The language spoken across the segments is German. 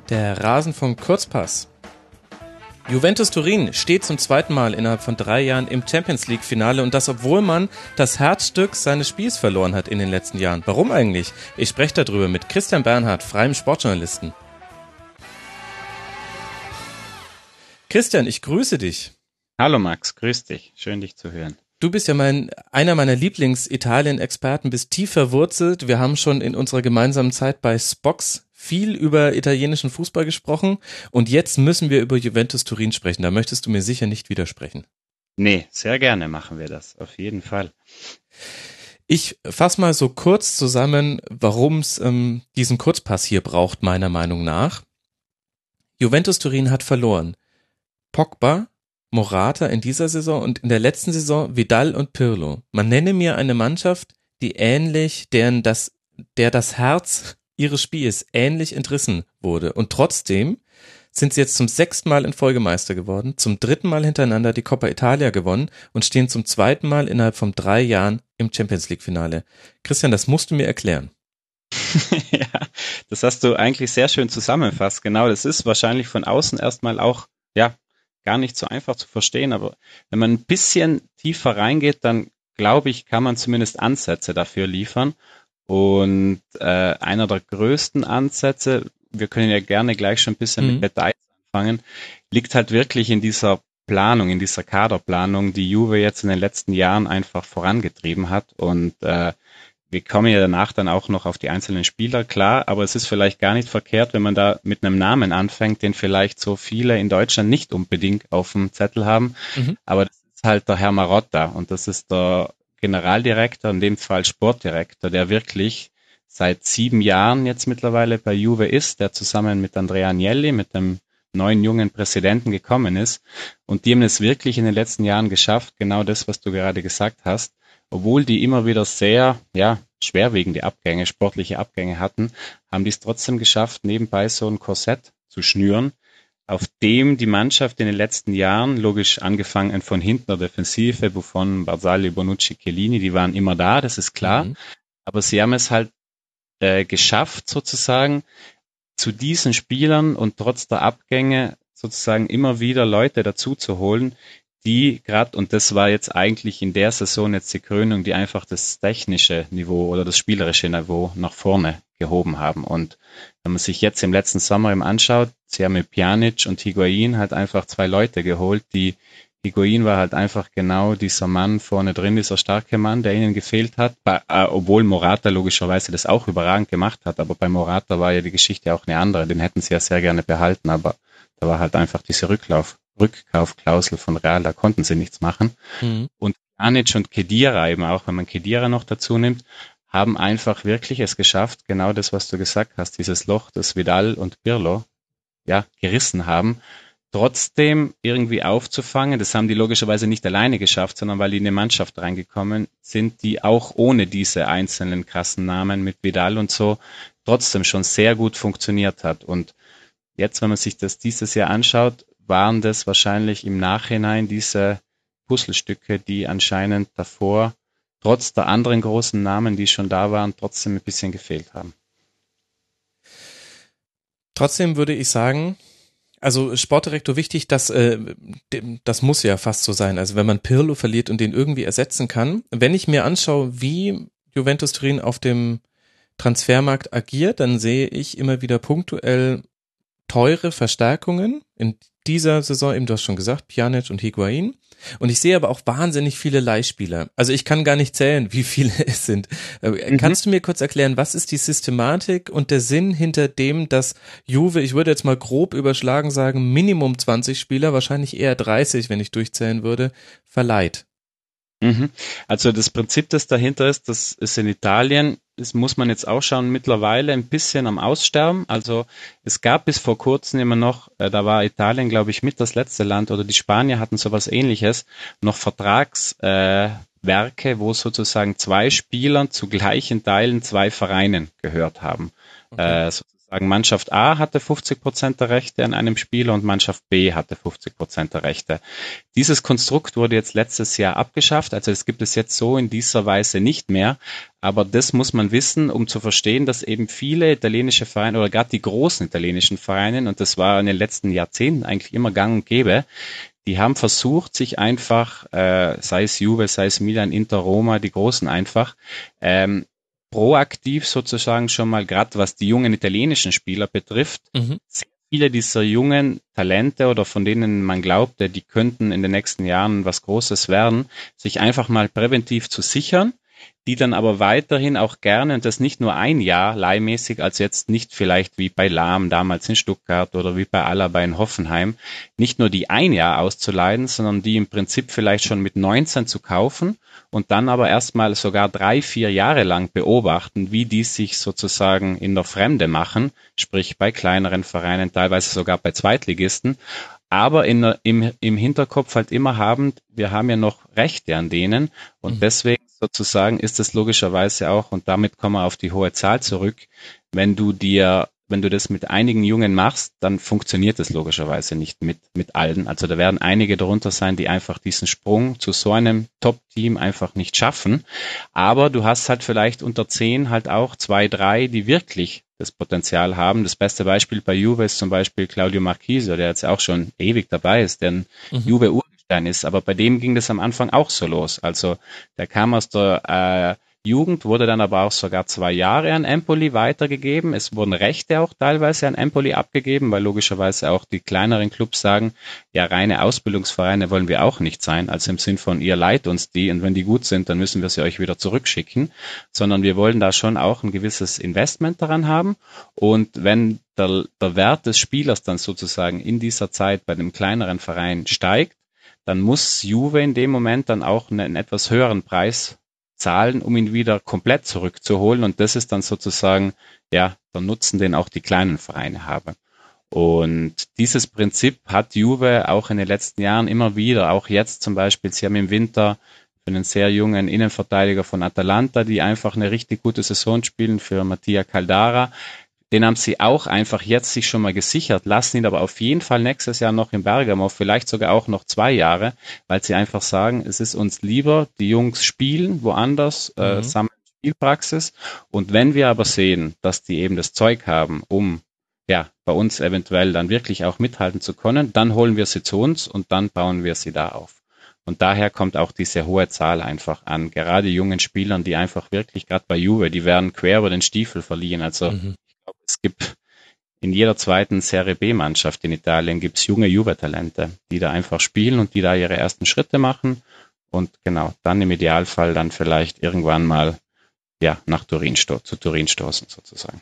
Der Rasenfunk Kurzpass. Juventus Turin steht zum zweiten Mal innerhalb von 3 Jahren im Champions-League-Finale und das, obwohl man das Herzstück seines Spiels verloren hat in den letzten Jahren. Warum eigentlich? Ich spreche darüber mit Christian Bernhard, freiem Sportjournalisten. Christian, ich grüße dich. Hallo Max, grüß dich. Schön, dich zu hören. Du bist ja einer meiner Lieblings-Italien-Experten, bist tief verwurzelt. Wir haben schon in unserer gemeinsamen Zeit bei Spox viel über italienischen Fußball gesprochen und jetzt müssen wir über Juventus Turin sprechen. Da möchtest du mir sicher nicht widersprechen. Nee, sehr gerne machen wir das, auf jeden Fall. Ich fasse mal so kurz zusammen, warum es diesen Kurzpass hier braucht, meiner Meinung nach. Juventus Turin hat verloren. Pogba, Morata in dieser Saison und in der letzten Saison Vidal und Pirlo. Man nenne mir eine Mannschaft, die ähnlich, der das Herz ihres Spiels ähnlich entrissen wurde. Und trotzdem sind sie jetzt zum 6. Mal in Folge Meister geworden, zum 3. Mal hintereinander die Coppa Italia gewonnen und stehen zum 2. Mal innerhalb von 3 Jahren im Champions-League-Finale. Christian, das musst du mir erklären. Ja, das hast du eigentlich sehr schön zusammenfasst. Genau, das ist wahrscheinlich von außen erstmal auch, gar nicht so einfach zu verstehen. Aber wenn man ein bisschen tiefer reingeht, dann glaube ich, kann man zumindest Ansätze dafür liefern. Und einer der größten Ansätze, wir können ja gerne gleich schon ein bisschen mit Details anfangen, liegt halt wirklich in dieser Planung, in dieser Kaderplanung, die Juve jetzt in den letzten Jahren einfach vorangetrieben hat. Und wir kommen ja danach dann auch noch auf die einzelnen Spieler, klar, aber es ist vielleicht gar nicht verkehrt, wenn man da mit einem Namen anfängt, den vielleicht so viele in Deutschland nicht unbedingt auf dem Zettel haben. Aber das ist halt der Herr Marotta und das ist der Generaldirektor, in dem Fall Sportdirektor, der wirklich seit 7 Jahren jetzt mittlerweile bei Juve ist, der zusammen mit Andrea Agnelli, mit dem neuen jungen Präsidenten gekommen ist. Und die haben es wirklich in den letzten Jahren geschafft, genau das, was du gerade gesagt hast. Obwohl die immer wieder sehr, schwerwiegende Abgänge, sportliche Abgänge hatten, haben die es trotzdem geschafft, nebenbei so ein Korsett zu schnüren, auf dem die Mannschaft in den letzten Jahren, logisch angefangen von hinten der Defensive, Buffon, Barzagli, Bonucci, Chiellini, die waren immer da, das ist klar. Aber sie haben es halt geschafft, sozusagen, zu diesen Spielern und trotz der Abgänge sozusagen immer wieder Leute dazu zu holen, die gerade, und das war jetzt eigentlich in der Saison jetzt die Krönung, die einfach das technische Niveau oder das spielerische Niveau nach vorne gehoben haben. Und wenn man sich jetzt im letzten Sommer eben anschaut, sie haben mit Pjanic und Higuain halt einfach 2 Leute geholt, Higuain war halt einfach genau dieser Mann vorne drin, dieser starke Mann, der ihnen gefehlt hat, obwohl Morata logischerweise das auch überragend gemacht hat, aber bei Morata war ja die Geschichte auch eine andere, den hätten sie ja sehr gerne behalten, aber da war halt einfach diese Rückkaufklausel von Real, da konnten sie nichts machen. Und Pjanic und Khedira eben auch, wenn man Khedira noch dazu nimmt, haben einfach wirklich es geschafft, genau das, was du gesagt hast, dieses Loch, das Vidal und Pirlo gerissen haben, trotzdem irgendwie aufzufangen. Das haben die logischerweise nicht alleine geschafft, sondern weil die in eine Mannschaft reingekommen sind, die auch ohne diese einzelnen krassen Namen mit Vidal und so trotzdem schon sehr gut funktioniert hat. Und jetzt, wenn man sich das dieses Jahr anschaut, waren das wahrscheinlich im Nachhinein diese Puzzlestücke, die anscheinend davor, trotz der anderen großen Namen, die schon da waren, trotzdem ein bisschen gefehlt haben. Trotzdem würde ich sagen, also Sportdirektor wichtig, das muss ja fast so sein. Also wenn man Pirlo verliert und den irgendwie ersetzen kann. Wenn ich mir anschaue, wie Juventus Turin auf dem Transfermarkt agiert, dann sehe ich immer wieder punktuell teure Verstärkungen. In dieser Saison eben, du hast schon gesagt, Pjanic und Higuain. Und ich sehe aber auch wahnsinnig viele Leihspieler. Also ich kann gar nicht zählen, wie viele es sind. Kannst du mir kurz erklären, was ist die Systematik und der Sinn hinter dem, dass Juve, ich würde jetzt mal grob überschlagen sagen, Minimum 20 Spieler, wahrscheinlich eher 30, wenn ich durchzählen würde, verleiht? Also das Prinzip, das dahinter ist, das ist in Italien, das muss man jetzt auch schauen, mittlerweile ein bisschen am Aussterben. Also es gab bis vor kurzem immer noch, da war Italien, glaube ich, mit das letzte Land, oder die Spanier hatten sowas Ähnliches, noch Vertragswerke, wo sozusagen 2 Spielern zu gleichen Teilen 2 Vereinen gehört haben. Okay. sozusagen Mannschaft A hatte 50% der Rechte an einem Spieler und Mannschaft B hatte 50% der Rechte. Dieses Konstrukt wurde jetzt letztes Jahr abgeschafft, also es gibt es jetzt so in dieser Weise nicht mehr, aber das muss man wissen, um zu verstehen, dass eben viele italienische Vereine oder gerade die großen italienischen Vereine, und das war in den letzten Jahrzehnten eigentlich immer gang und gäbe, die haben versucht, sich einfach, sei es Juve, sei es Milan, Inter, Roma, die Großen einfach, proaktiv sozusagen schon mal, gerade was die jungen italienischen Spieler betrifft, sehr viele dieser jungen Talente oder von denen man glaubte, die könnten in den nächsten Jahren was Großes werden, sich einfach mal präventiv zu sichern, die dann aber weiterhin auch gerne, und das nicht nur ein Jahr leihmäßig, also jetzt nicht vielleicht wie bei Lahm damals in Stuttgart oder wie bei Alaba in Hoffenheim, nicht nur die ein Jahr auszuleihen, sondern die im Prinzip vielleicht schon mit 19 zu kaufen und dann aber erstmal sogar 3-4 Jahre lang beobachten, wie die sich sozusagen in der Fremde machen, sprich bei kleineren Vereinen, teilweise sogar bei Zweitligisten, aber im Hinterkopf halt immer haben, wir haben ja noch Rechte an denen und deswegen sozusagen ist es logischerweise auch, und damit kommen wir auf die hohe Zahl zurück, wenn du das mit einigen Jungen machst, dann funktioniert es logischerweise nicht mit allen. Also da werden einige darunter sein, die einfach diesen Sprung zu so einem Top-Team einfach nicht schaffen. Aber du hast halt vielleicht unter 10 halt auch 2, 3, die wirklich das Potenzial haben. Das beste Beispiel bei Juve ist zum Beispiel Claudio Marchisio, der jetzt auch schon ewig dabei ist, der ein Juve-Urgestein ist. Aber bei dem ging das am Anfang auch so los. Also der kam aus der Jugend, wurde dann aber auch sogar 2 Jahre an Empoli weitergegeben. Es wurden Rechte auch teilweise an Empoli abgegeben, weil logischerweise auch die kleineren Clubs sagen, ja, reine Ausbildungsvereine wollen wir auch nicht sein, also im Sinn von, ihr leiht uns die und wenn die gut sind, dann müssen wir sie euch wieder zurückschicken, sondern wir wollen da schon auch ein gewisses Investment daran haben und wenn der Wert des Spielers dann sozusagen in dieser Zeit bei dem kleineren Verein steigt, dann muss Juve in dem Moment dann auch einen etwas höheren Preis zahlen, um ihn wieder komplett zurückzuholen. Und das ist dann sozusagen, ja, der Nutzen, den auch die kleinen Vereine haben. Und dieses Prinzip hat Juve auch in den letzten Jahren immer wieder, auch jetzt zum Beispiel, sie haben im Winter für einen sehr jungen Innenverteidiger von Atalanta, die einfach eine richtig gute Saison spielen, für Mattia Caldara. Den haben sie auch einfach jetzt sich schon mal gesichert, lassen ihn aber auf jeden Fall nächstes Jahr noch in Bergamo, vielleicht sogar auch noch 2 Jahre, weil sie einfach sagen, es ist uns lieber, die Jungs spielen woanders, sammeln Spielpraxis und wenn wir aber sehen, dass die eben das Zeug haben, um ja bei uns eventuell dann wirklich auch mithalten zu können, dann holen wir sie zu uns und dann bauen wir sie da auf. Und daher kommt auch diese hohe Zahl einfach an, gerade jungen Spielern, die einfach wirklich, gerade bei Juve, die werden quer über den Stiefel verliehen, also es gibt in jeder zweiten Serie B-Mannschaft in Italien gibt's junge Juve-Talente, die da einfach spielen und die da ihre ersten Schritte machen und genau, dann im Idealfall dann vielleicht irgendwann mal ja nach zu Turin stoßen sozusagen.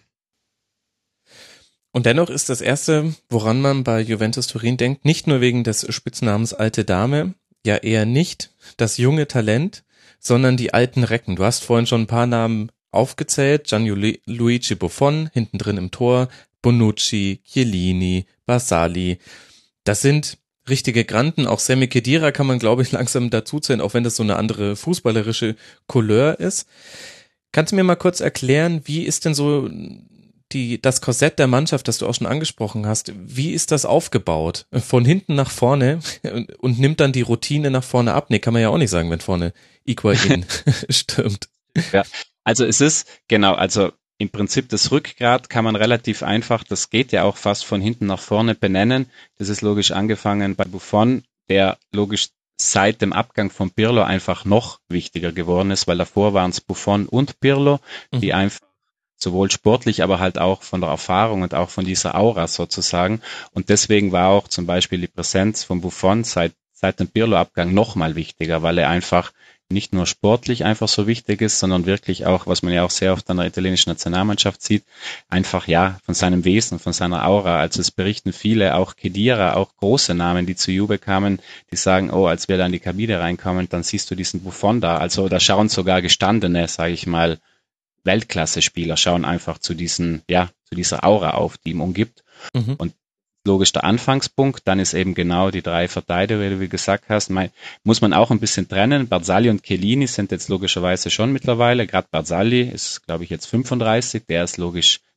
Und dennoch ist das Erste, woran man bei Juventus Turin denkt, nicht nur wegen des Spitznamens Alte Dame, ja eher nicht das junge Talent, sondern die alten Recken. Du hast vorhin schon ein paar Namen aufgezählt, Gianluigi Buffon, hinten drin im Tor, Bonucci, Chiellini, Barzagli. Das sind richtige Granden, auch Sami Khedira kann man, glaube ich, langsam dazuzählen, auch wenn das so eine andere fußballerische Couleur ist. Kannst du mir mal kurz erklären, wie ist denn so das Korsett der Mannschaft, das du auch schon angesprochen hast, wie ist das aufgebaut? Von hinten nach vorne und nimmt dann die Routine nach vorne ab? Nee, kann man ja auch nicht sagen, wenn vorne Higuaín stürmt. Ja. Also es ist, genau, also im Prinzip das Rückgrat kann man relativ einfach, das geht ja auch fast von hinten nach vorne benennen. Das ist logisch angefangen bei Buffon, der logisch seit dem Abgang von Pirlo einfach noch wichtiger geworden ist, weil davor waren es Buffon und Pirlo, die einfach sowohl sportlich, aber halt auch von der Erfahrung und auch von dieser Aura sozusagen. Und deswegen war auch zum Beispiel die Präsenz von Buffon seit dem Pirlo-Abgang noch mal wichtiger, weil er einfach nicht nur sportlich einfach so wichtig ist, sondern wirklich auch, was man ja auch sehr oft an der italienischen Nationalmannschaft sieht, einfach ja von seinem Wesen, von seiner Aura. Also es berichten viele, auch Khedira, auch große Namen, die zu Juve kamen, die sagen, oh, als wir da in die Kabine reinkommen, dann siehst du diesen Buffon da. Also da schauen sogar gestandene, sage ich mal, Weltklasse-Spieler schauen einfach zu dieser Aura auf, die ihm umgibt. Und logisch der Anfangspunkt, dann ist eben genau die 3 Verteidiger, wie du gesagt hast, muss man auch ein bisschen trennen. Barzagli und Chiellini sind jetzt logischerweise schon mittlerweile, gerade Barzagli ist, glaube ich, jetzt 35, der ist logisch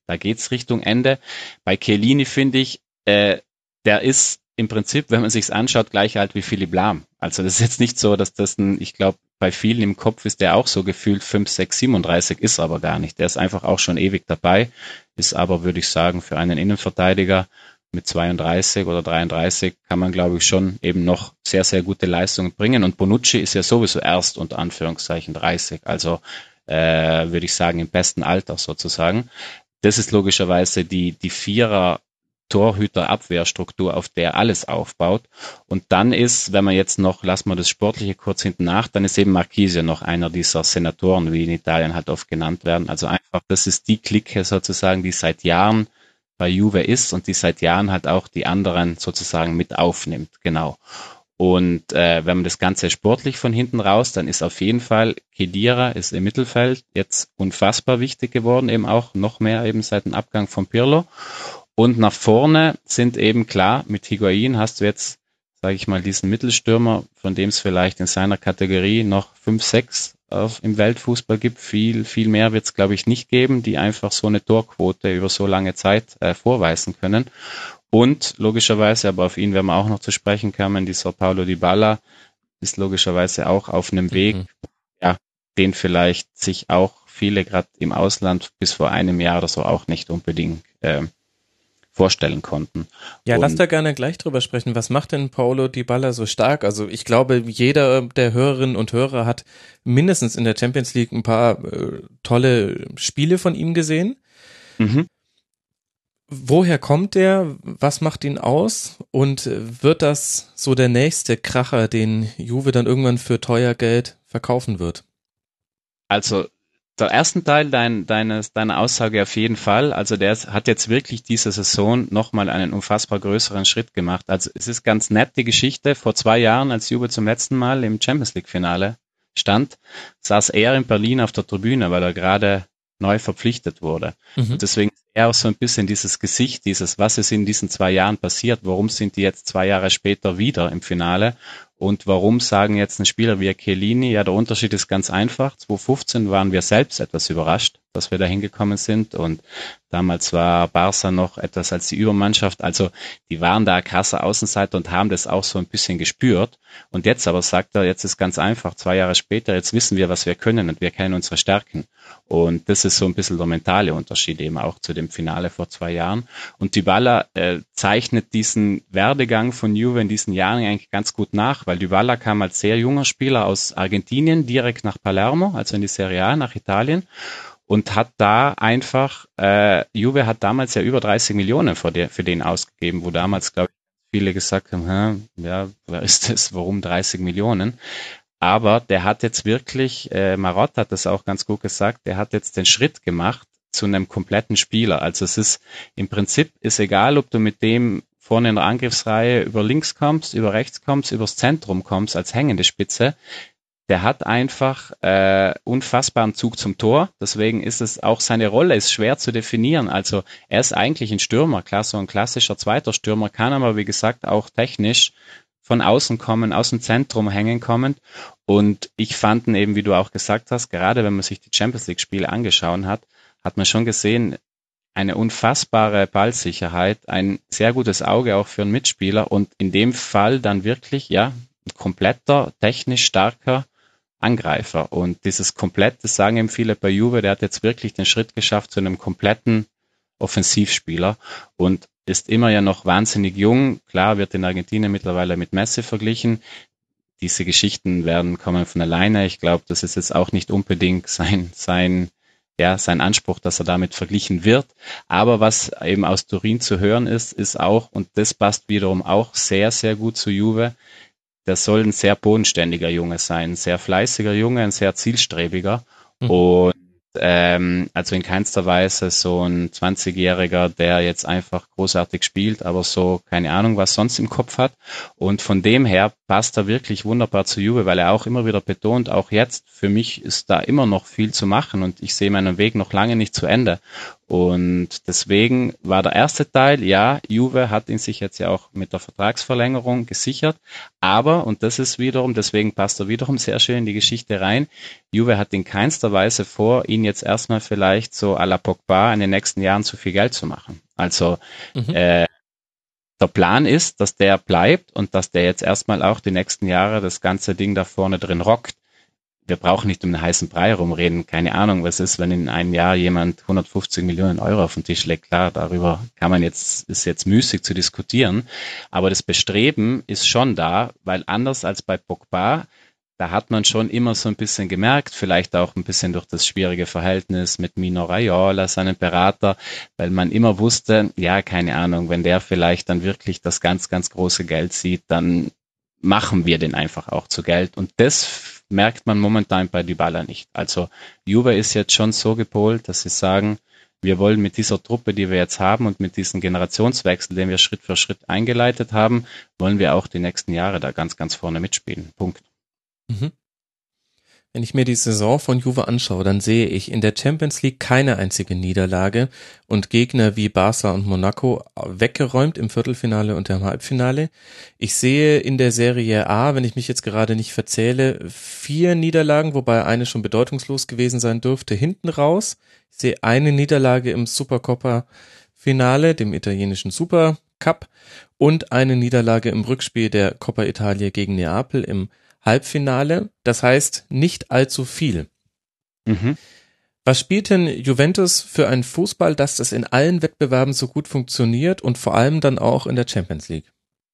Da geht's Richtung Ende. Bei Chiellini finde ich, der ist im Prinzip, wenn man sich's anschaut, gleich alt wie Philipp Lahm. Also das ist jetzt nicht so, dass ich glaube, bei vielen im Kopf ist der auch so gefühlt 5, 6, 37, ist aber gar nicht. Der ist einfach auch schon ewig dabei, ist aber, würde ich sagen, für einen Innenverteidiger mit 32 oder 33 kann man, glaube ich, schon eben noch sehr, sehr gute Leistungen bringen. Und Bonucci ist ja sowieso erst unter Anführungszeichen 30, also würde ich sagen im besten Alter sozusagen. Das ist logischerweise die Vierer Torhüter-Abwehrstruktur, auf der alles aufbaut. Und dann ist, wenn man jetzt noch, lassen wir das Sportliche kurz hinten nach, dann ist eben Marchisio noch einer dieser Senatoren, wie in Italien halt oft genannt werden. Also einfach, das ist die Clique sozusagen, die seit Jahren bei Juve ist und die seit Jahren halt auch die anderen sozusagen mit aufnimmt. Genau. Und wenn man das Ganze sportlich von hinten raus, dann ist auf jeden Fall Khedira ist im Mittelfeld jetzt unfassbar wichtig geworden, eben auch noch mehr eben seit dem Abgang von Pirlo. Und nach vorne sind eben klar, mit Higuain hast du jetzt, sage ich mal, diesen Mittelstürmer, von dem es vielleicht in seiner Kategorie noch 5, 6 im Weltfußball gibt. Viel mehr wird es, glaube ich, nicht geben, die einfach so eine Torquote über so lange Zeit vorweisen können. Und logischerweise, aber auf ihn werden wir auch noch zu sprechen kommen, dieser Paulo Dybala ist logischerweise auch auf einem Weg, ja, den vielleicht sich auch viele gerade im Ausland bis vor einem Jahr oder so auch nicht unbedingt vorstellen konnten. Ja, lass da gerne gleich drüber sprechen. Was macht denn Paulo Dybala so stark? Also ich glaube, jeder der Hörerinnen und Hörer hat mindestens in der Champions League ein paar tolle Spiele von ihm gesehen. Mhm. Woher kommt der? Was macht ihn aus? Und wird das so der nächste Kracher, den Juve dann irgendwann für teuer Geld verkaufen wird? Also der ersten Teil deiner Aussage auf jeden Fall. Also der hat jetzt wirklich diese Saison nochmal einen unfassbar größeren Schritt gemacht. Also es ist ganz nett, die Geschichte. Vor 2 Jahren, als Juve zum letzten Mal im Champions League Finale stand, saß er in Berlin auf der Tribüne, weil er gerade neu verpflichtet wurde. Und deswegen ist er auch so ein bisschen dieses Gesicht, was ist in diesen 2 Jahren passiert, warum sind die jetzt 2 Jahre später wieder im Finale? Und warum sagen jetzt ein Spieler wie Chiellini? Ja, der Unterschied ist ganz einfach. 2015 waren wir selbst etwas überrascht, dass wir da hingekommen sind. Und damals war Barca noch etwas als die Übermannschaft. Also die waren da krasser Außenseiter und haben das auch so ein bisschen gespürt. Und jetzt aber sagt er, jetzt ist ganz einfach, 2 Jahre später, jetzt wissen wir, was wir können und wir kennen unsere Stärken. Und das ist so ein bisschen der mentale Unterschied eben auch zu dem Finale vor 2 Jahren. Und Dybala zeichnet diesen Werdegang von Juve in diesen Jahren eigentlich ganz gut nach, weil Dybala kam als sehr junger Spieler aus Argentinien direkt nach Palermo, also in die Serie A, nach Italien, und hat da einfach, Juve hat damals ja über 30 Millionen für den ausgegeben, wo damals, glaube ich, viele gesagt haben, ja, wer ist das, warum 30 Millionen? Aber der hat jetzt wirklich, Marotta hat das auch ganz gut gesagt, der hat jetzt den Schritt gemacht zu einem kompletten Spieler. Also es ist, im Prinzip ist egal, ob du mit dem vorne in der Angriffsreihe über links kommst, über rechts kommst, übers Zentrum kommst als hängende Spitze. Der hat einfach unfassbaren Zug zum Tor. Deswegen ist es auch, seine Rolle ist schwer zu definieren. Also er ist eigentlich ein Stürmer, klar, so ein klassischer zweiter Stürmer, kann aber, wie gesagt, auch technisch von außen kommen, aus dem Zentrum hängen kommend. Und ich fand ihn eben, wie du auch gesagt hast, gerade wenn man sich die Champions League Spiele angeschaut hat, hat man schon gesehen, eine unfassbare Ballsicherheit, ein sehr gutes Auge auch für einen Mitspieler und in dem Fall dann wirklich, ja, ein kompletter, technisch starker Angreifer. Und dieses komplett, das sagen eben viele bei Juve, der hat jetzt wirklich den Schritt geschafft zu einem kompletten Offensivspieler und ist immer ja noch wahnsinnig jung. Klar, wird in Argentinien mittlerweile mit Messi verglichen. Diese Geschichten kommen von alleine. Ich glaube, das ist jetzt auch nicht unbedingt sein Anspruch, dass er damit verglichen wird. Aber was eben aus Turin zu hören ist auch, und das passt wiederum auch sehr, sehr gut zu Juve, der soll ein sehr bodenständiger Junge sein, ein sehr fleißiger Junge, ein sehr zielstrebiger. Und also in keinster Weise so ein 20-Jähriger, der jetzt einfach großartig spielt, aber so keine Ahnung, was sonst im Kopf hat. Und von dem her passt er wirklich wunderbar zu Juve, weil er auch immer wieder betont, auch jetzt, für mich ist da immer noch viel zu machen und ich sehe meinen Weg noch lange nicht zu Ende. Und deswegen war der erste Teil, ja, Juve hat ihn sich jetzt ja auch mit der Vertragsverlängerung gesichert, aber, und das ist wiederum, deswegen passt er wiederum sehr schön in die Geschichte rein, Juve hat in keinster Weise vor, ihn jetzt erstmal vielleicht so à la Pogba in den nächsten Jahren zu viel Geld zu machen. Also der Plan ist, dass der bleibt und dass der jetzt erstmal auch die nächsten Jahre das ganze Ding da vorne drin rockt. Wir brauchen nicht um den heißen Brei rumreden. Keine Ahnung, was ist, wenn in einem Jahr jemand 150 Millionen Euro auf den Tisch legt. Klar, darüber ist jetzt müßig zu diskutieren. Aber das Bestreben ist schon da, weil anders als bei Pogba, da hat man schon immer so ein bisschen gemerkt, vielleicht auch ein bisschen durch das schwierige Verhältnis mit Mino Raiola, seinem Berater, weil man immer wusste, ja, keine Ahnung, wenn der vielleicht dann wirklich das ganz, ganz große Geld sieht, dann machen wir den einfach auch zu Geld. Und das merkt man momentan bei Dybala nicht. Also Juve ist jetzt schon so gepolt, dass sie sagen, wir wollen mit dieser Truppe, die wir jetzt haben und mit diesem Generationswechsel, den wir Schritt für Schritt eingeleitet haben, wollen wir auch die nächsten Jahre da ganz, ganz vorne mitspielen. Punkt. Mhm. Wenn ich mir die Saison von Juve anschaue, dann sehe ich in der Champions League keine einzige Niederlage und Gegner wie Barca und Monaco weggeräumt im Viertelfinale und im Halbfinale. Ich sehe in der Serie A, wenn ich mich jetzt gerade nicht verzähle, 4 Niederlagen, wobei eine schon bedeutungslos gewesen sein dürfte, hinten raus. Ich sehe eine Niederlage im Supercoppa-Finale, dem italienischen Supercup, und eine Niederlage im Rückspiel der Coppa Italia gegen Neapel im Halbfinale, das heißt nicht allzu viel. Mhm. Was spielt denn Juventus für einen Fußball, dass das in allen Wettbewerben so gut funktioniert und vor allem dann auch in der Champions League?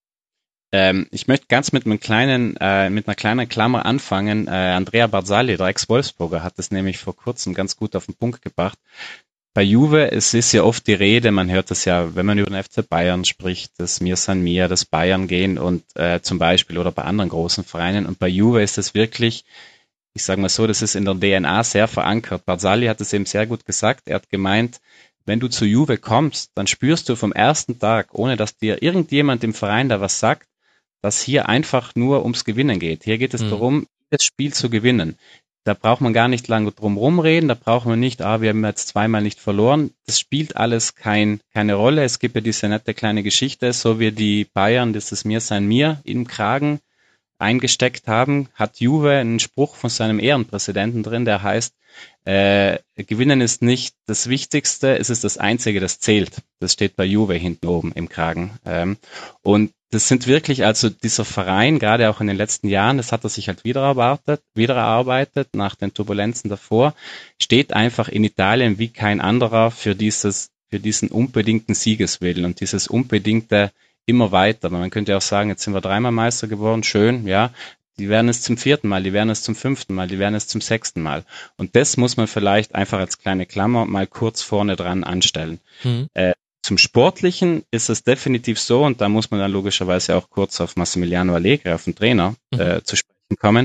Ich möchte ganz mit einer kleinen Klammer anfangen. Andrea Barzagli, der Ex-Wolfsburger, hat es nämlich vor kurzem ganz gut auf den Punkt gebracht. Bei Juve, es ist ja oft die Rede, man hört das ja, wenn man über den FC Bayern spricht, das Mir San Mir, das Bayern gehen und zum Beispiel oder bei anderen großen Vereinen. Und bei Juve ist das wirklich, ich sage mal so, das ist in der DNA sehr verankert. Barzagli hat es eben sehr gut gesagt. Er hat gemeint, wenn du zu Juve kommst, dann spürst du vom ersten Tag, ohne dass dir irgendjemand im Verein da was sagt, dass hier einfach nur ums Gewinnen geht. Hier geht es darum, das Spiel zu gewinnen. Da braucht man gar nicht lange drum rumreden, da braucht man nicht, wir haben jetzt zweimal nicht verloren. Das spielt alles keine Rolle. Es gibt ja diese nette kleine Geschichte, so wie die Bayern, das ist Mir San Mir im Kragen eingesteckt haben, hat Juve einen Spruch von seinem Ehrenpräsidenten drin, der heißt, Gewinnen ist nicht das Wichtigste, es ist das Einzige, das zählt. Das steht bei Juve hinten oben im Kragen. Und das sind wirklich, also dieser Verein, gerade auch in den letzten Jahren, das hat er sich halt wieder erarbeitet nach den Turbulenzen davor, steht einfach in Italien wie kein anderer für diesen unbedingten Siegeswillen und dieses unbedingte immer weiter. Man könnte auch sagen, jetzt sind wir 3-mal Meister geworden, schön, ja. Die werden es zum 4. Mal, die werden es zum 5. Mal, die werden es zum 6. Mal. Und das muss man vielleicht einfach als kleine Klammer mal kurz vorne dran anstellen. Zum Sportlichen ist es definitiv so, und da muss man dann logischerweise auch kurz auf Massimiliano Allegri, auf den Trainer, zu sprechen kommen.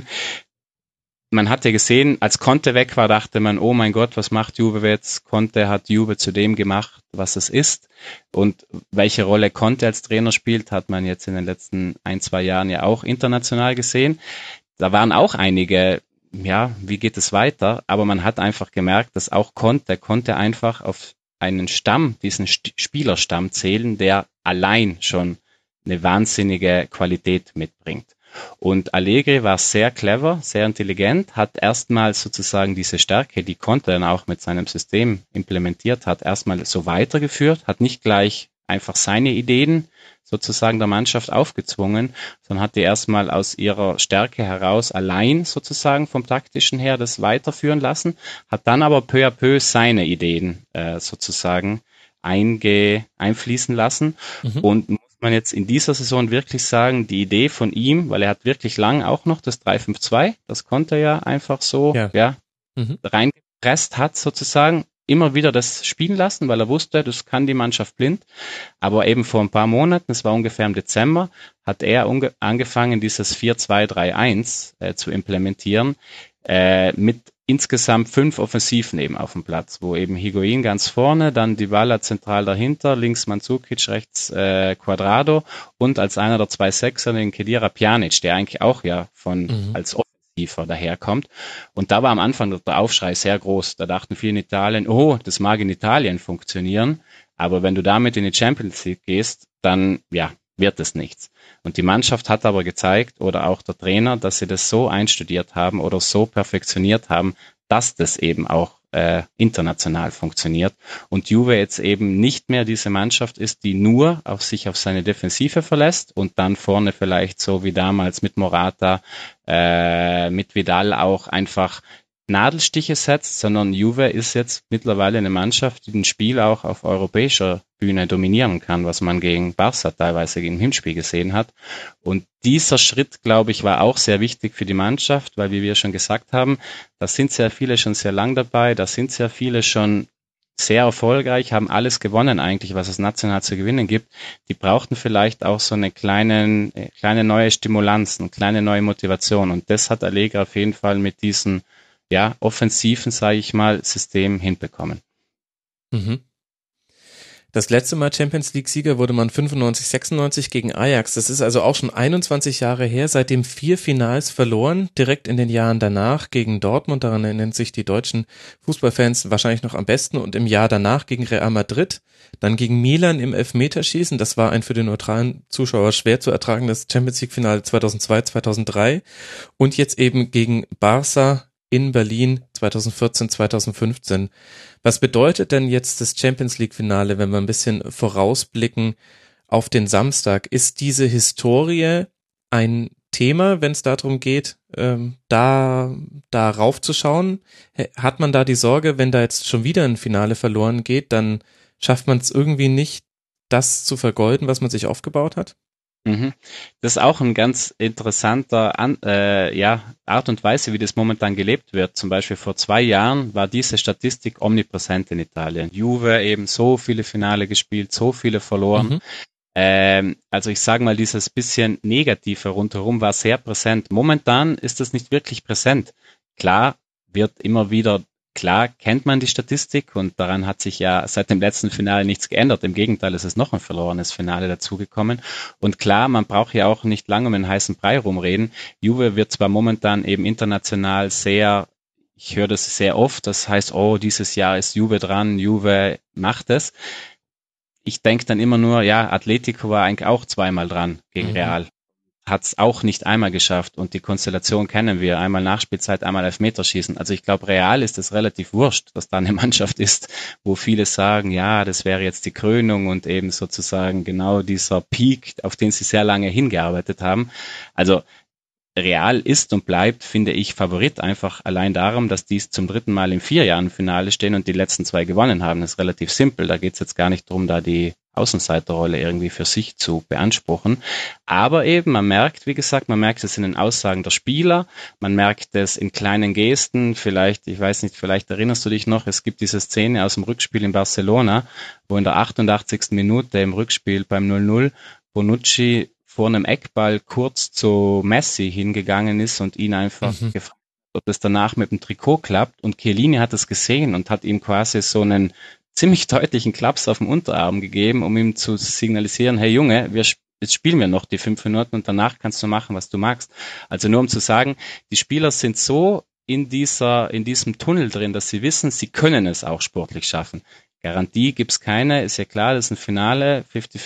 Man hat ja gesehen, als Conte weg war, dachte man, oh mein Gott, was macht Juve jetzt? Conte hat Juve zu dem gemacht, was es ist. Und welche Rolle Conte als Trainer spielt, hat man jetzt in den letzten 1-2 Jahren ja auch international gesehen. Da waren auch einige, ja, wie geht es weiter? Aber man hat einfach gemerkt, dass auch Conte konnte einfach auf einen Stamm, diesen Spielerstamm zählen, der allein schon eine wahnsinnige Qualität mitbringt. Und Allegri war sehr clever, sehr intelligent, hat erstmal sozusagen diese Stärke, die Conte dann auch mit seinem System implementiert hat, erstmal so weitergeführt, hat nicht gleich einfach seine Ideen sozusagen der Mannschaft aufgezwungen, sondern hat die erstmal aus ihrer Stärke heraus allein sozusagen vom taktischen her das weiterführen lassen, hat dann aber peu à peu seine Ideen sozusagen einfließen lassen und muss man jetzt in dieser Saison wirklich sagen, die Idee von ihm, weil er hat wirklich lang auch noch das 3-5-2, das konnte er ja einfach so reingepresst hat sozusagen, immer wieder das spielen lassen, weil er wusste, das kann die Mannschaft blind. Aber eben vor ein paar Monaten, es war ungefähr im Dezember, hat er angefangen, dieses 4-2-3-1 zu implementieren, mit insgesamt 5 Offensiven eben auf dem Platz, wo eben Higuain ganz vorne, dann Dybala zentral dahinter, links Mandzukic, rechts Cuadrado und als einer der 2 Sechser den Khedira Pjanic, der eigentlich auch ja als tiefer daherkommt. Und da war am Anfang der Aufschrei sehr groß. Da dachten viele in Italien, oh, das mag in Italien funktionieren, aber wenn du damit in die Champions League gehst, dann ja, wird es nichts. Und die Mannschaft hat aber gezeigt, oder auch der Trainer, dass sie das so einstudiert haben oder so perfektioniert haben, dass das eben auch international funktioniert. Und Juve jetzt eben nicht mehr diese Mannschaft ist, die nur sich auf seine Defensive verlässt und dann vorne vielleicht so wie damals mit Morata, mit Vidal auch einfach Nadelstiche setzt, sondern Juve ist jetzt mittlerweile eine Mannschaft, die ein Spiel auch auf europäischer Bühne dominieren kann, was man gegen Barca teilweise im Hinspiel gesehen hat. Und dieser Schritt, glaube ich, war auch sehr wichtig für die Mannschaft, weil, wie wir schon gesagt haben, da sind sehr viele schon sehr lang dabei, da sind sehr viele schon sehr erfolgreich, haben alles gewonnen eigentlich, was es national zu gewinnen gibt. Die brauchten vielleicht auch so eine kleine neue Stimulanz, eine kleine neue Motivation. Und das hat Allegri auf jeden Fall mit diesen offensiven, sage ich mal, System hinbekommen. Mhm. Das letzte Mal Champions League-Sieger wurde man 95-96 gegen Ajax. Das ist also auch schon 21 Jahre her, seitdem 4 Finals verloren, direkt in den Jahren danach gegen Dortmund, daran erinnern sich die deutschen Fußballfans wahrscheinlich noch am besten, und im Jahr danach gegen Real Madrid, dann gegen Milan im Elfmeterschießen, das war ein für den neutralen Zuschauer schwer zu ertragendes Champions League-Finale 2002, 2003, und jetzt eben gegen Barca in Berlin 2014, 2015. Was bedeutet denn jetzt das Champions League Finale, wenn wir ein bisschen vorausblicken auf den Samstag? Ist diese Historie ein Thema, wenn es darum geht, da raufzuschauen? Hat man da die Sorge, wenn da jetzt schon wieder ein Finale verloren geht, dann schafft man es irgendwie nicht, das zu vergolden, was man sich aufgebaut hat? Das ist auch ein ganz interessanter Art und Weise, wie das momentan gelebt wird. Zum Beispiel vor 2 Jahren war diese Statistik omnipräsent in Italien. Juve eben so viele Finale gespielt, so viele verloren. Also ich sage mal, dieses bisschen Negative rundherum war sehr präsent. Momentan ist das nicht wirklich präsent. Klar wird immer wieder Klar kennt man die Statistik und daran hat sich ja seit dem letzten Finale nichts geändert. Im Gegenteil, es ist noch ein verlorenes Finale dazugekommen. Und klar, man braucht ja auch nicht lange um den heißen Brei rumreden. Juve wird zwar momentan eben international ich höre das sehr oft, das heißt, oh, dieses Jahr ist Juve dran, Juve macht es. Ich denke dann immer nur, ja, Atletico war eigentlich auch 2-mal dran gegen Real. Hat es auch nicht einmal geschafft und die Konstellation kennen wir. Einmal Nachspielzeit, einmal Elfmeterschießen. Also ich glaube, real ist es relativ wurscht, dass da eine Mannschaft ist, wo viele sagen, ja, das wäre jetzt die Krönung und eben sozusagen genau dieser Peak, auf den sie sehr lange hingearbeitet haben. Also Real ist und bleibt, finde ich, Favorit, einfach allein darum, dass die zum 3. Mal in 4 Jahren im Finale stehen und die letzten 2 gewonnen haben. Das ist relativ simpel. Da geht es jetzt gar nicht darum, da die Außenseiterrolle irgendwie für sich zu beanspruchen. Aber eben, man merkt, wie gesagt, man merkt es in den Aussagen der Spieler, man merkt es in kleinen Gesten, vielleicht, ich weiß nicht, vielleicht erinnerst du dich noch, es gibt diese Szene aus dem Rückspiel in Barcelona, wo in der 88. Minute im Rückspiel beim 0-0 Bonucci vor einem Eckball kurz zu Messi hingegangen ist und ihn einfach gefragt, ob das danach mit dem Trikot klappt. Und Chiellini hat es gesehen und hat ihm quasi so einen ziemlich deutlichen Klaps auf den Unterarm gegeben, um ihm zu signalisieren, hey Junge, jetzt spielen wir noch die 5 Minuten und danach kannst du machen, was du magst. Also nur um zu sagen, die Spieler sind so in diesem Tunnel drin, dass sie wissen, sie können es auch sportlich schaffen. Garantie gibt's keine, ist ja klar, das ist ein Finale,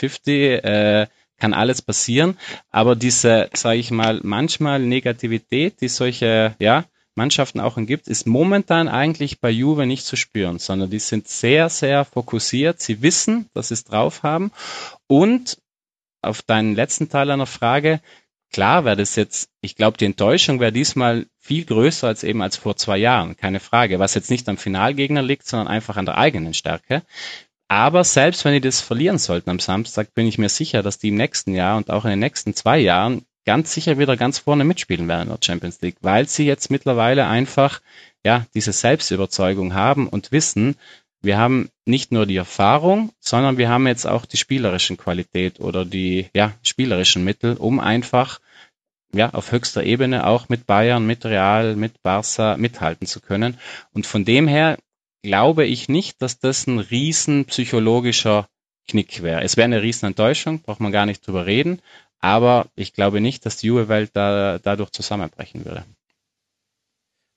50-50, kann alles passieren, aber diese, sage ich mal, manchmal Negativität, die solche Mannschaften auch gibt, ist momentan eigentlich bei Juve nicht zu spüren, sondern die sind sehr, sehr fokussiert, sie wissen, dass sie es drauf haben. Und auf deinen letzten Teil einer Frage, klar wäre das jetzt, ich glaube, die Enttäuschung wäre diesmal viel größer als vor 2 Jahren, keine Frage, was jetzt nicht am Finalgegner liegt, sondern einfach an der eigenen Stärke. Aber selbst wenn die das verlieren sollten am Samstag, bin ich mir sicher, dass die im nächsten Jahr und auch in den nächsten 2 Jahren ganz sicher wieder ganz vorne mitspielen werden in der Champions League, weil sie jetzt mittlerweile einfach diese Selbstüberzeugung haben und wissen, wir haben nicht nur die Erfahrung, sondern wir haben jetzt auch die spielerischen Qualität oder die spielerischen Mittel, um einfach auf höchster Ebene auch mit Bayern, mit Real, mit Barca mithalten zu können. Und von dem her glaube ich nicht, dass das ein riesen psychologischer Knick wäre. Es wäre eine riesen Enttäuschung, braucht man gar nicht drüber reden, aber ich glaube nicht, dass die Juve-Welt dadurch zusammenbrechen würde.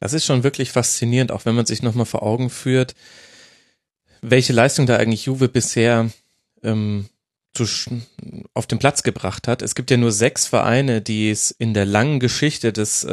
Das ist schon wirklich faszinierend, auch wenn man sich nochmal vor Augen führt, welche Leistung da eigentlich Juve bisher auf den Platz gebracht hat. Es gibt ja nur 6 Vereine, die es in der langen Geschichte des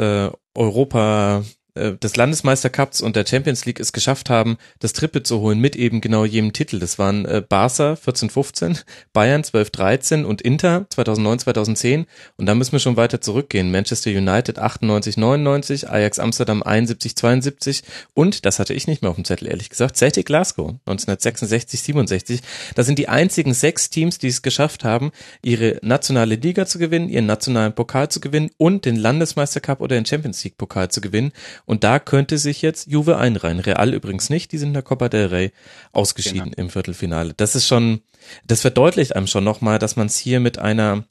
des Landesmeistercups und der Champions League es geschafft haben, das Triple zu holen mit eben genau jedem Titel. Das waren Barca 14-15, Bayern 12-13 und Inter 2009-2010. Und da müssen wir schon weiter zurückgehen. Manchester United 98-99, Ajax Amsterdam 71-72 und, das hatte ich nicht mehr auf dem Zettel, ehrlich gesagt, Celtic Glasgow 1966-67. Das sind die einzigen 6 Teams, die es geschafft haben, ihre nationale Liga zu gewinnen, ihren nationalen Pokal zu gewinnen und den Landesmeistercup oder den Champions League Pokal zu gewinnen. Und da könnte sich jetzt Juve einreihen. Real übrigens nicht, die sind in der Copa del Rey ausgeschieden im Viertelfinale. Das ist schon, das verdeutlicht einem schon nochmal, dass man es hier mit einer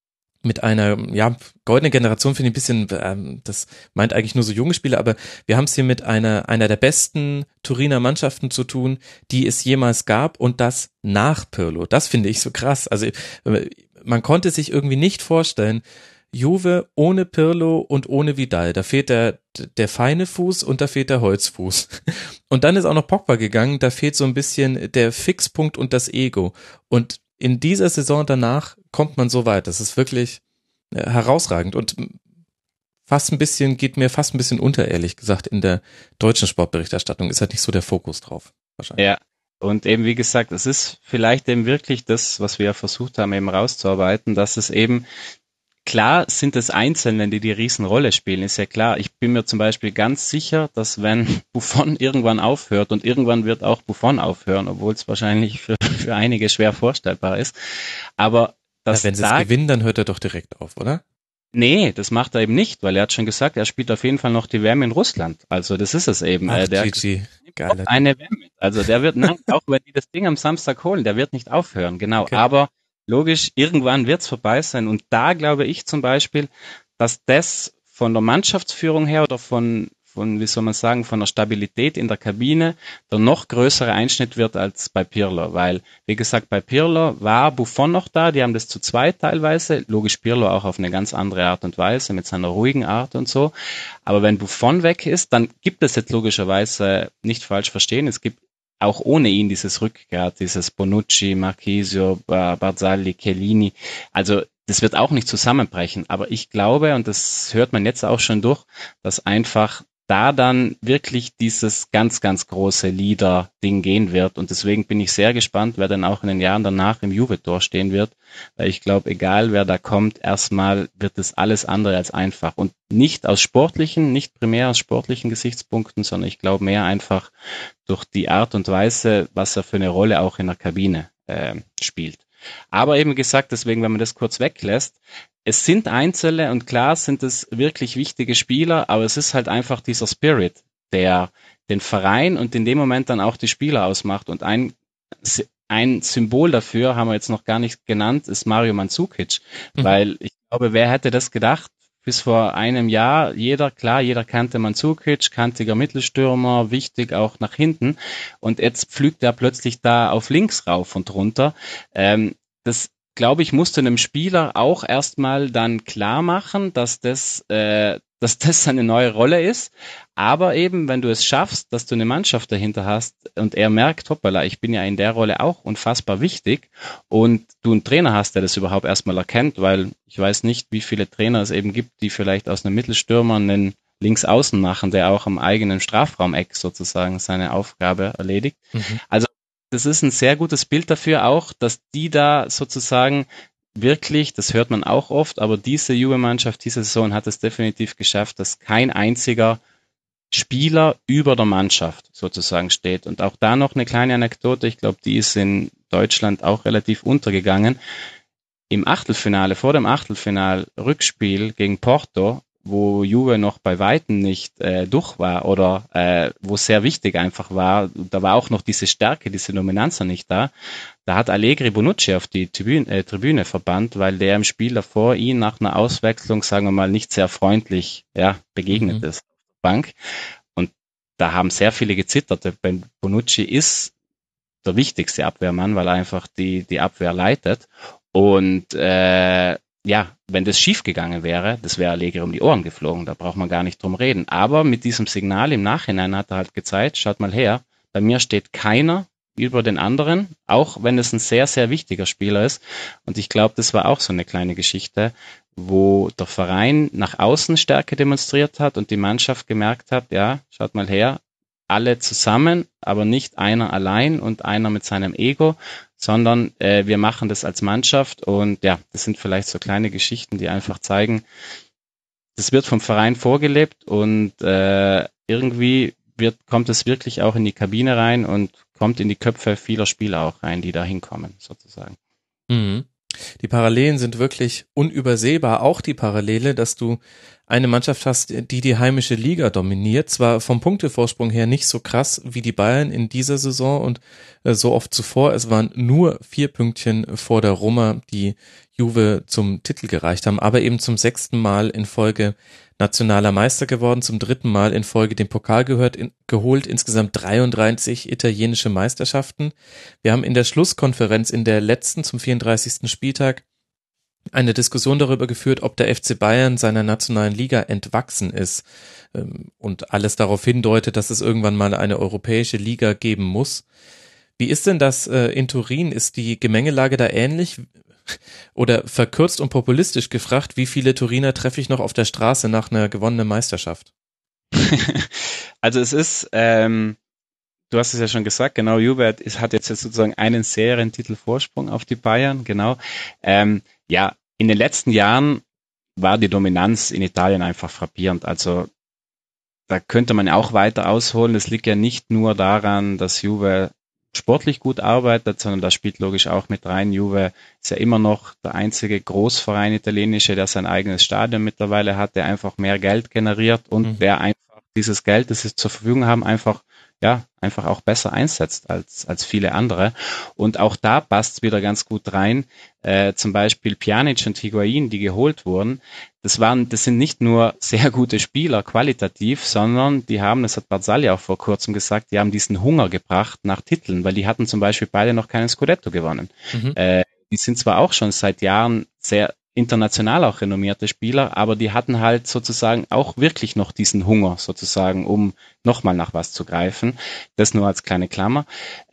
ja, goldenen Generation, finde ich ein bisschen, das meint eigentlich nur so junge Spieler, aber wir haben es hier mit einer der besten Turiner Mannschaften zu tun, die es jemals gab und das nach Pirlo. Das finde ich so krass. Also man konnte sich irgendwie nicht vorstellen, Juve ohne Pirlo und ohne Vidal. Da fehlt der feine Fuß und da fehlt der Holzfuß. Und dann ist auch noch Pogba gegangen, da fehlt so ein bisschen der Fixpunkt und das Ego. Und in dieser Saison danach kommt man so weit. Das ist wirklich herausragend und geht mir fast ein bisschen unter, ehrlich gesagt, in der deutschen Sportberichterstattung. Ist halt nicht so der Fokus drauf, wahrscheinlich. Ja. Und eben, wie gesagt, es ist vielleicht eben wirklich das, was wir versucht haben, eben rauszuarbeiten, dass es eben klar sind es Einzelne, die Riesenrolle spielen, ist ja klar. Ich bin mir zum Beispiel ganz sicher, dass wenn Buffon irgendwann aufhört und irgendwann wird auch Buffon aufhören, obwohl es wahrscheinlich für einige schwer vorstellbar ist, aber ja, wenn sie es gewinnen, dann hört er doch direkt auf, oder? Nee, das macht er eben nicht, weil er hat schon gesagt, er spielt auf jeden Fall noch die WM in Russland. Also das ist es eben. Ach, der geil. Eine WM mit. Also der wird, nein, auch wenn die das Ding am Samstag holen, der wird nicht aufhören, genau. Okay. Aber logisch, irgendwann wird's vorbei sein. Und da glaube ich zum Beispiel, dass das von der Mannschaftsführung her oder von wie soll man sagen, von der Stabilität in der Kabine der noch größere Einschnitt wird als bei Pirlo. Weil, wie gesagt, bei Pirlo war Buffon noch da, die haben das zu zweit teilweise. Logisch Pirlo auch auf eine ganz andere Art und Weise, mit seiner ruhigen Art und so. Aber wenn Buffon weg ist, dann gibt es jetzt logischerweise, nicht falsch verstehen, es gibt auch ohne ihn dieses Rückgrat, dieses Bonucci, Marchisio, Barzagli, Chiellini. Also das wird auch nicht zusammenbrechen. Aber ich glaube, und das hört man jetzt auch schon durch, dass einfach da dann wirklich dieses ganz, ganz große Leader-Ding gehen wird. Und deswegen bin ich sehr gespannt, wer dann auch in den Jahren danach im Juve-Tor stehen wird. Weil ich glaube, egal wer da kommt, erstmal wird es alles andere als einfach. Und nicht primär aus sportlichen Gesichtspunkten, sondern ich glaube mehr einfach durch die Art und Weise, was er für eine Rolle auch in der Kabine spielt. Aber eben gesagt, deswegen, wenn man das kurz weglässt, es sind Einzelne und klar sind es wirklich wichtige Spieler, aber es ist halt einfach dieser Spirit, der den Verein und in dem Moment dann auch die Spieler ausmacht. Und ein Symbol dafür, haben wir jetzt noch gar nicht genannt, ist Mario Mandzukic. Weil ich glaube, wer hätte das gedacht? Bis vor einem Jahr, jeder kannte Mandzukic, kantiger Mittelstürmer, wichtig auch nach hinten. Und jetzt pflügt er plötzlich da auf links rauf und runter. Das, glaube ich, musste einem Spieler auch erstmal dann klar machen, dass das eine neue Rolle ist. Aber eben, wenn du es schaffst, dass du eine Mannschaft dahinter hast und er merkt, hoppala, ich bin ja in der Rolle auch unfassbar wichtig und du einen Trainer hast, der das überhaupt erstmal erkennt, weil ich weiß nicht, wie viele Trainer es eben gibt, die vielleicht aus einem Mittelstürmer einen Linksaußen machen, der auch am eigenen Strafraumeck sozusagen seine Aufgabe erledigt. Also das ist ein sehr gutes Bild dafür auch, dass die da sozusagen wirklich, das hört man auch oft, aber diese Juve-Mannschaft, diese Saison hat es definitiv geschafft, dass kein einziger Spieler über der Mannschaft sozusagen steht. Und auch da noch eine kleine Anekdote, ich glaube, die ist in Deutschland auch relativ untergegangen. Vor dem Achtelfinal-Rückspiel gegen Porto, wo Juve noch bei Weitem nicht durch war oder wo sehr wichtig einfach war, da war auch noch diese Stärke, diese Dominanz nicht da. Da hat Allegri Bonucci auf die Tribüne verbannt, weil der im Spiel davor ihn nach einer Auswechslung, sagen wir mal, nicht sehr freundlich begegnet ist auf der Bank. Und da haben sehr viele gezittert. Bonucci ist der wichtigste Abwehrmann, weil er einfach die Abwehr leitet. Und ja, wenn das schief gegangen wäre, das wäre Allegri um die Ohren geflogen, da braucht man gar nicht drum reden. Aber mit diesem Signal im Nachhinein hat er halt gezeigt, schaut mal her, bei mir steht keiner über den anderen, auch wenn es ein sehr, sehr wichtiger Spieler ist. Und ich glaube, das war auch so eine kleine Geschichte, wo der Verein nach außen Stärke demonstriert hat und die Mannschaft gemerkt hat, ja, schaut mal her, alle zusammen, aber nicht einer allein und einer mit seinem Ego, sondern wir machen das als Mannschaft und ja, das sind vielleicht so kleine Geschichten, die einfach zeigen, das wird vom Verein vorgelebt und irgendwie kommt es wirklich auch in die Kabine rein und kommt in die Köpfe vieler Spieler auch rein, die da hinkommen, sozusagen. Mhm. Die Parallelen sind wirklich unübersehbar. Auch die Parallele, dass du eine Mannschaft hast, die die heimische Liga dominiert. Zwar vom Punktevorsprung her nicht so krass wie die Bayern in dieser Saison und so oft zuvor. Es waren nur 4 Pünktchen vor der Roma, die Juve zum Titel gereicht haben, aber eben zum 6. Mal in Folge nationaler Meister geworden, zum 3. Mal in Folge den Pokal geholt, insgesamt 33 italienische Meisterschaften. Wir haben in der Schlusskonferenz in der letzten zum 34. Spieltag eine Diskussion darüber geführt, ob der FC Bayern seiner nationalen Liga entwachsen ist und alles darauf hindeutet, dass es irgendwann mal eine europäische Liga geben muss. Wie ist denn das in Turin? Ist die Gemengelage da ähnlich? Oder verkürzt und populistisch gefragt, wie viele Turiner treffe ich noch auf der Straße nach einer gewonnenen Meisterschaft? Also es ist, du hast es ja schon gesagt, genau, Juve hat jetzt sozusagen einen Serientitel Vorsprung auf die Bayern, genau. Ja, in den letzten Jahren war die Dominanz in Italien einfach frappierend. Also da könnte man auch weiter ausholen. Es liegt ja nicht nur daran, dass Juve sportlich gut arbeitet, sondern da spielt logisch auch mit rein. Juve ist ja immer noch der einzige Großverein italienische, der sein eigenes Stadion mittlerweile hat, der einfach mehr Geld generiert und der einfach dieses Geld, das sie zur Verfügung haben, einfach auch besser einsetzt als viele andere. Und auch da passt es wieder ganz gut rein. Zum Beispiel Pjanic und Higuain, die geholt wurden, das sind nicht nur sehr gute Spieler qualitativ, sondern die haben, das hat Barzagli auch vor kurzem gesagt, die haben diesen Hunger gebracht nach Titeln, weil die hatten zum Beispiel beide noch keinen Scudetto gewonnen. Die sind zwar auch schon seit Jahren sehr international auch renommierte Spieler, aber die hatten halt sozusagen auch wirklich noch diesen Hunger sozusagen, um nochmal nach was zu greifen. Das nur als kleine Klammer.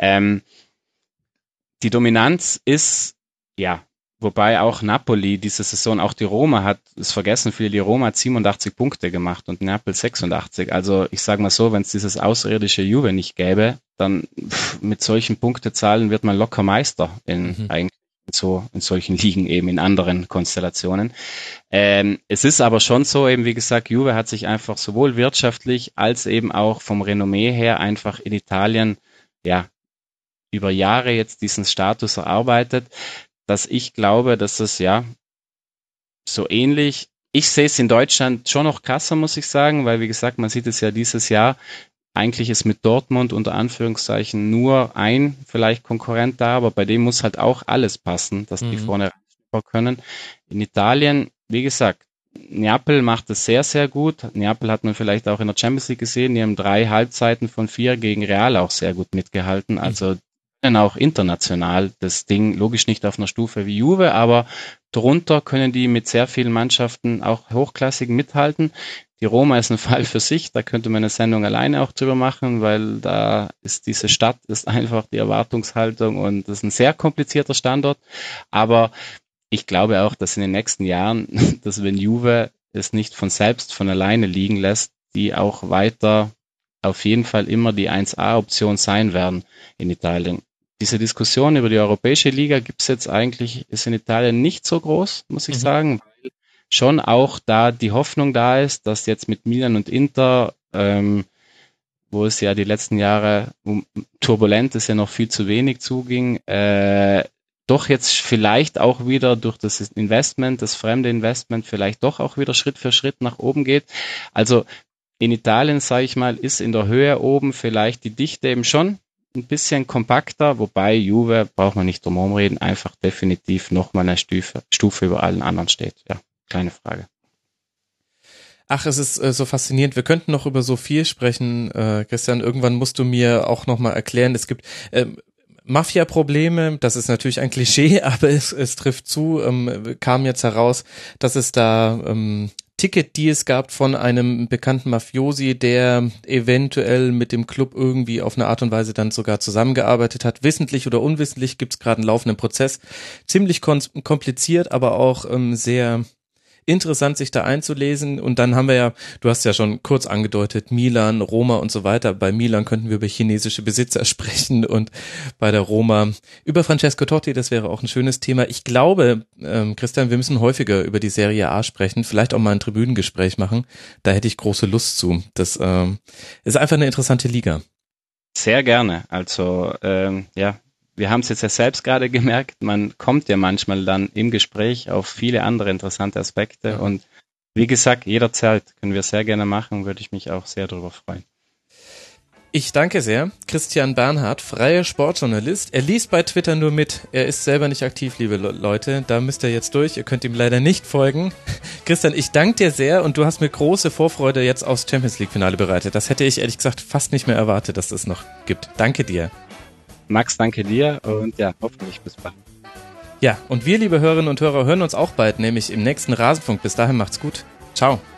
Die Dominanz ist, ja, wobei auch Napoli diese Saison, auch die Roma hat, es vergessen viele, die Roma hat 87 Punkte gemacht und Neapel 86. Also ich sage mal so, wenn es dieses außerirdische Juve nicht gäbe, dann mit solchen Punktezahlen wird man locker Meister eigentlich in solchen Ligen eben, in anderen Konstellationen. Es ist aber schon so, eben wie gesagt, Juve hat sich einfach sowohl wirtschaftlich als eben auch vom Renommee her einfach in Italien, ja, über Jahre jetzt diesen Status erarbeitet, dass ich glaube, dass es ja so ähnlich, ich sehe es in Deutschland schon noch krasser, muss ich sagen, weil wie gesagt, man sieht es ja dieses Jahr, eigentlich ist mit Dortmund unter Anführungszeichen nur ein vielleicht Konkurrent da, aber bei dem muss halt auch alles passen, dass die vorne rein können. In Italien, wie gesagt, Neapel macht es sehr, sehr gut. Neapel hat man vielleicht auch in der Champions League gesehen, die haben 3 Halbzeiten von 4 gegen Real auch sehr gut mitgehalten, also auch international das Ding, logisch nicht auf einer Stufe wie Juve, aber drunter können die mit sehr vielen Mannschaften auch hochklassig mithalten. Die Roma ist ein Fall für sich, da könnte man eine Sendung alleine auch drüber machen, weil da ist diese Stadt, ist einfach die Erwartungshaltung und das ist ein sehr komplizierter Standort, aber ich glaube auch, dass in den nächsten Jahren, dass wenn Juve es nicht von selbst, von alleine liegen lässt, die auch weiter auf jeden Fall immer die 1A-Option sein werden in Italien. Diese Diskussion über die europäische Liga gibt's jetzt eigentlich, ist in Italien nicht so groß, muss ich sagen, weil schon auch da die Hoffnung da ist, dass jetzt mit Milan und Inter, wo es ja die letzten Jahre turbulent ist, ja noch viel zu wenig zuging, doch jetzt vielleicht auch wieder durch das Investment, das fremde Investment, vielleicht doch auch wieder Schritt für Schritt nach oben geht. Also in Italien, sage ich mal, ist in der Höhe oben vielleicht die Dichte eben schon ein bisschen kompakter, wobei Juve, braucht man nicht drum herum reden, einfach definitiv nochmal eine Stufe über allen anderen steht. Ja, keine Frage. Ach, es ist so faszinierend. Wir könnten noch über so viel sprechen, Christian. Irgendwann musst du mir auch nochmal erklären, es gibt Mafia-Probleme, das ist natürlich ein Klischee, aber es trifft zu, kam jetzt heraus, dass es da Ticket-Deals gab von einem bekannten Mafiosi, der eventuell mit dem Club irgendwie auf eine Art und Weise dann sogar zusammengearbeitet hat. Wissentlich oder unwissentlich gibt es gerade einen laufenden Prozess. Ziemlich kompliziert, aber auch sehr interessant, sich da einzulesen. Und dann haben wir ja, du hast ja schon kurz angedeutet, Milan, Roma und so weiter. Bei Milan könnten wir über chinesische Besitzer sprechen und bei der Roma über Francesco Totti, das wäre auch ein schönes Thema. Ich glaube, Christian, wir müssen häufiger über die Serie A sprechen, vielleicht auch mal ein Tribünengespräch machen. Da hätte ich große Lust zu. Das ist einfach eine interessante Liga. Sehr gerne. Also wir haben es jetzt ja selbst gerade gemerkt, man kommt ja manchmal dann im Gespräch auf viele andere interessante Aspekte. Ja. Und wie gesagt, jederzeit können wir sehr gerne machen, würde ich mich auch sehr darüber freuen. Ich danke sehr. Christian Bernhard, freier Sportjournalist. Er liest bei Twitter nur mit. Er ist selber nicht aktiv, liebe Leute. Da müsst ihr jetzt durch. Ihr könnt ihm leider nicht folgen. Christian, ich danke dir sehr und du hast mir große Vorfreude jetzt aufs Champions-League-Finale bereitet. Das hätte ich ehrlich gesagt fast nicht mehr erwartet, dass es noch gibt. Danke dir. Max, danke dir und ja, hoffentlich bis bald. Ja, und wir, liebe Hörerinnen und Hörer, hören uns auch bald, nämlich im nächsten Rasenfunk. Bis dahin macht's gut. Ciao.